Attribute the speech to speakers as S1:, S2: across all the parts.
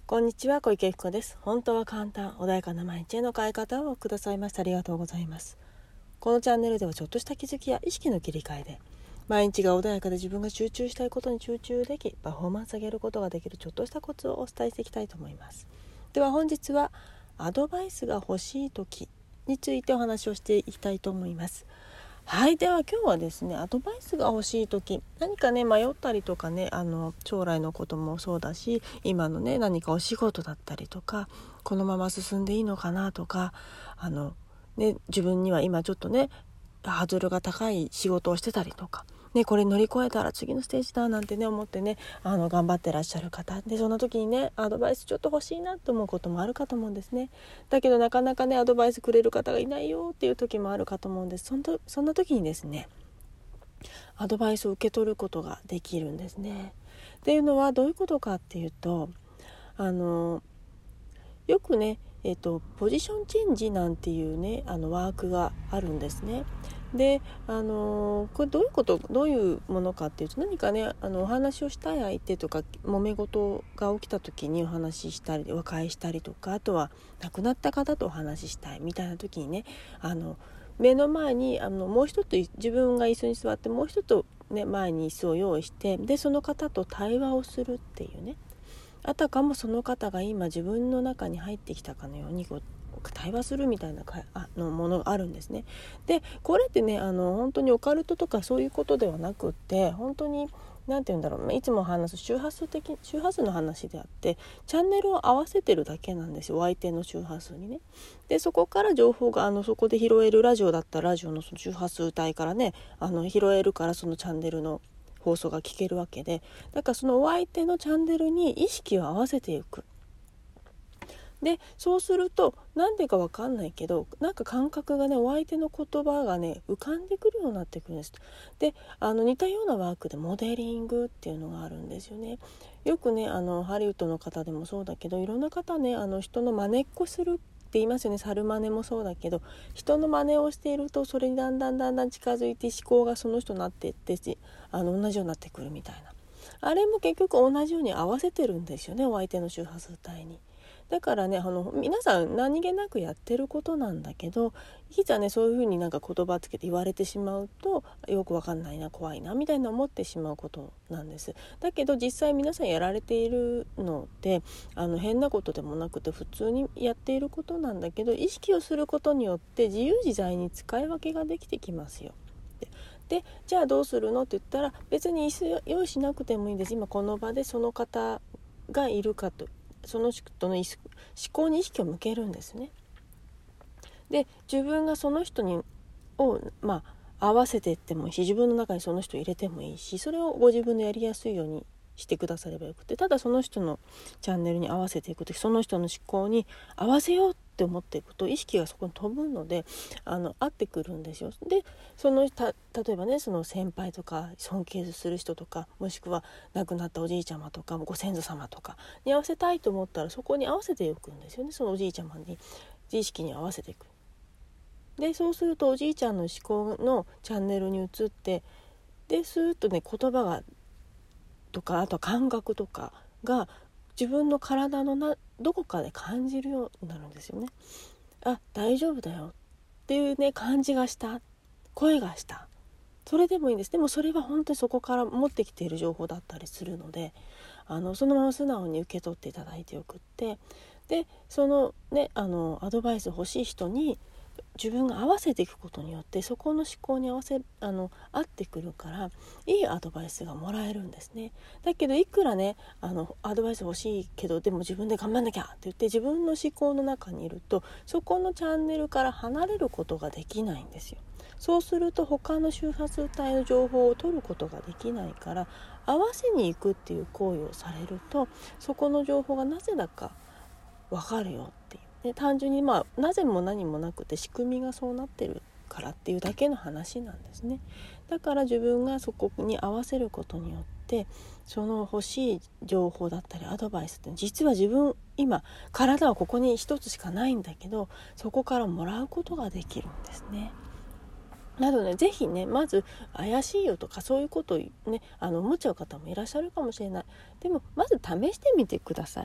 S1: こんにちは、小池由紀子です。本当は簡単、穏やかな毎日への変え方をくださいましてありがとうございます。このチャンネルではちょっとした気づきや意識の切り替えで毎日が穏やかで自分が集中したいことに集中できパフォーマンス上げることができるちょっとしたコツをお伝えしていきたいと思います。では本日はアドバイスが欲しい時についてお話をしていきたいと思います。はい、では今日はですね、アドバイスが欲しい時、何かね迷ったりとかね、将来のこともそうだし、今のね何かお仕事だったりとか、このまま進んでいいのかなとか、自分には今ちょっとねハードルが高い仕事をしてたりとかね、これ乗り越えたら次のステージだなんてね思ってね頑張ってらっしゃる方で、そんな時にねアドバイスちょっと欲しいなと思うこともあるかと思うんですね。だけどなかなかねアドバイスくれる方がいないよっていう時もあるかと思うんです。そんな時にですね、アドバイスを受け取ることができるんですね。っていうのはどういうことかっていうと、よくね、ポジションチェンジなんていうねワークがあるんですね。で、これどういうものかっていうと、何かねお話をしたい相手とか揉め事が起きた時にお話ししたり和解したりとか、あとは亡くなった方とお話ししたいみたいな時にね、目の前にもう一つ自分が椅子に座ってもう一つ、ね、前に椅子を用意して、でその方と対話をするっていうね、あたかもその方が今自分の中に入ってきたかのように対話するみたいなものがあるんですね。でこれってね本当にオカルトとかそういうことではなくって、本当になんて言うんだろう、いつも話す周波数の話であって、チャンネルを合わせてるだけなんですよ、お相手の周波数にね。でそこから情報がそこで拾える、ラジオだったらラジオのその周波数帯からね拾えるから、そのチャンネルの放送が聞けるわけで、だからそのお相手のチャンネルに意識を合わせていく。でそうするとなんでか分かんないけど、なんか感覚がね、お相手の言葉がね浮かんでくるようになってくるんです。で似たようなワークでモデリングっていうのがあるんですよね。よくねハリウッドの方でもそうだけど、いろんな方ね人の真似っこするって言いますよね。猿真似もそうだけど、人の真似をしているとそれにだんだん近づいて思考がその人になっていって同じようになってくるみたいな、あれも結局同じように合わせてるんですよね、お相手の周波数帯に。だからね皆さん何気なくやってることなんだけど、いざねそういう風になんか言葉つけて言われてしまうと、よくわかんないな、怖いなみたいな思ってしまうことなんです。だけど実際皆さんやられているので変なことでもなくて普通にやっていることなんだけど、意識をすることによって自由自在に使い分けができてきますよ。でじゃあどうするのって言ったら、別に椅子用意しなくてもいいんです。今この場でその方がいるかと、その人の思考に意識を向けるんですね。で自分がその人を合わせていってもいいし、自分の中にその人を入れてもいいし、それをご自分でやりやすいようにしてくださればよくて、ただその人のチャンネルに合わせていくと、その人の思考に合わせようって思っていくと意識がそこに飛ぶので合ってくるんですよ。で例えばね、その先輩とか尊敬する人とか、もしくは亡くなったおじいちゃまとかご先祖様とかに合わせたいと思ったら、そこに合わせていくんですよね。そのおじいちゃまに自意識に合わせていく。でそうするとおじいちゃんの思考のチャンネルに移って、でスーッとね言葉がとか、あとは感覚とかが自分の体のどこかで感じるようになるんですよね。あ、大丈夫だよっていうね感じがした、声がした、それでもいいんです。でもそれは本当にそこから持ってきている情報だったりするので、そのまま素直に受け取っていただいてよくって、でそのねアドバイス欲しい人に自分が合わせていくことによって、そこの思考に合ってくるから、いいアドバイスがもらえるんですね。だけどいくらねアドバイス欲しいけど、でも自分で頑張んなきゃって言って自分の思考の中にいると、そこのチャンネルから離れることができないんですよ。そうすると他の周波数帯の情報を取ることができないから、合わせに行くっていう行為をされると、そこの情報がなぜだか分かるよっていう、で単純になぜも何もなくて仕組みがそうなってるからっていうだけの話なんですね。だから自分がそこに合わせることによって、その欲しい情報だったりアドバイスって、実は自分今体はここに一つしかないんだけど、そこからもらうことができるんですね。なのでぜひね、まず怪しいよとかそういうことをね思っちゃう方もいらっしゃるかもしれない。でもまず試してみてください。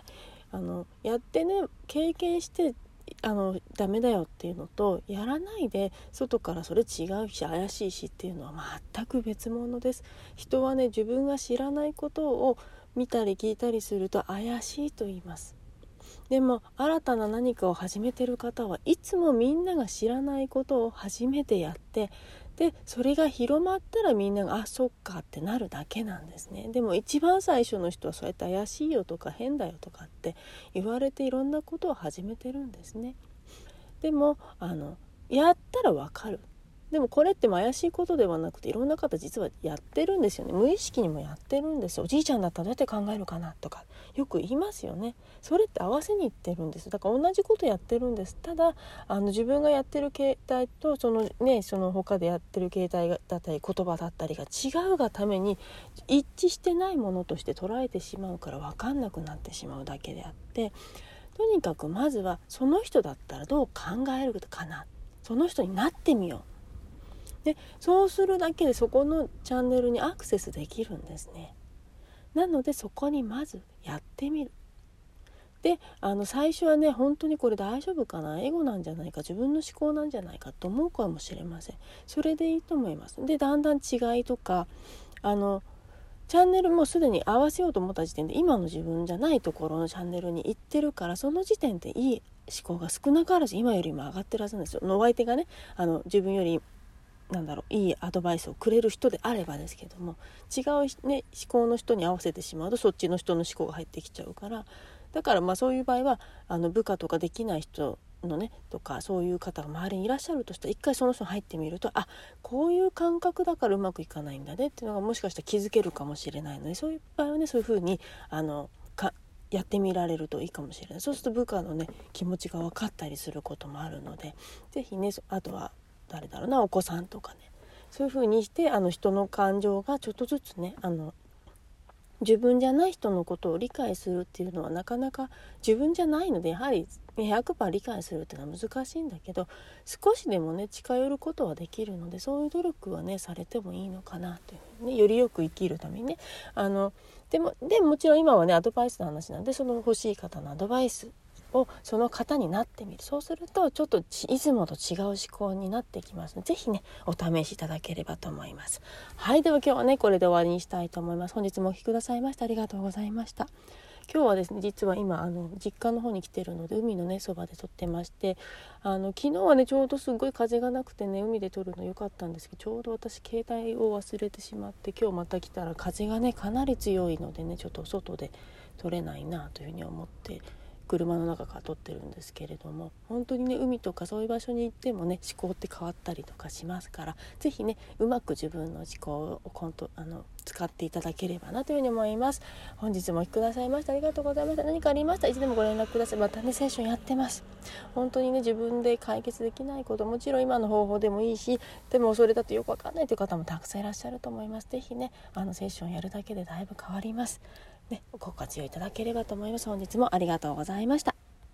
S1: やってね経験してダメだよっていうのと、やらないで外からそれ違うし怪しいしっていうのは全く別物です。人はね自分が知らないことを見たり聞いたりすると怪しいと言います。でも新たな何かを始めてる方はいつもみんなが知らないことを初めてやって、でそれが広まったらみんながそっかってなるだけなんですね。でも一番最初の人はそうやって怪しいよとか変だよとかって言われていろんなことを始めてるんですね。でもやったらわかる。でもこれって怪しいことではなくて、いろんな方実はやってるんですよね。無意識にもやってるんですよ。おじいちゃんだったらどうやって考えるかなとかよく言いますよね。それって合わせにいってるんです。だから同じことやってるんです。ただ自分がやってる形態とその他でやってる形態だったり言葉だったりが違うがために一致してないものとして捉えてしまうから分かんなくなってしまうだけであって、とにかくまずはその人だったらどう考えるかな、その人になってみよう。でそうするだけでそこのチャンネルにアクセスできるんですね。なのでそこにまずやってみる。で最初はね本当にこれ大丈夫かな、エゴなんじゃないか、自分の思考なんじゃないかと思うかもしれません。それでいいと思います。でだんだん違いとかチャンネルもすでに合わせようと思った時点で今の自分じゃないところのチャンネルに行ってるから、その時点でいい思考が少なからず今よりも上がってるはずなんですよ。お相手がね自分よりいいアドバイスをくれる人であればですけども、違う、ね、思考の人に合わせてしまうとそっちの人の思考が入ってきちゃうから、だからそういう場合は部下とかできない人のねとかそういう方が周りにいらっしゃるとしたら、一回その人に入ってみるとこういう感覚だからうまくいかないんだねっていうのがもしかしたら気づけるかもしれないので、そういう場合はねそういうふうにやってみられるといいかもしれない。そうすると部下のね気持ちが分かったりすることもあるので、ぜひねあとは誰だろうな、お子さんとかね、そういう風にして人の感情がちょっとずつね自分じゃない人のことを理解するっていうのはなかなか自分じゃないので、やはり 100% 理解するっていうのは難しいんだけど、少しでもね近寄ることはできるので、そういう努力はねされてもいいのかなというふうにね、よりよく生きるためにねでももちろん今はねアドバイスの話なんで、その欲しい方のアドバイスをその方になってみる。そうするとちょっといつもと違う思考になってきますので、ぜひねお試しいただければと思います。はい、では今日はねこれで終わりにしたいと思います。本日もお聞きくださいましてありがとうございました。今日はですね実は今実家の方に来てるので海のねそばで撮ってまして、昨日はねちょうどすごい風がなくてね海で撮るの良かったんですけど、ちょうど私携帯を忘れてしまって、今日また来たら風がねかなり強いのでねちょっと外で撮れないなというふうに思って車の中から撮ってるんですけれども、本当にね海とかそういう場所に行ってもね思考って変わったりとかしますから、ぜひねうまく自分の思考を使っていただければなというふうに思います。本日もお聞きくださいましてありがとうございました。何かありましたらいつでもご連絡ください。またねセッションやってます。本当にね自分で解決できないこと、もちろん今の方法でもいいし、でもそれだとよくわかんないという方もたくさんいらっしゃると思います。ぜひねセッションやるだけでだいぶ変わりますね。ご活用いただければと思います。本日もありがとうございました。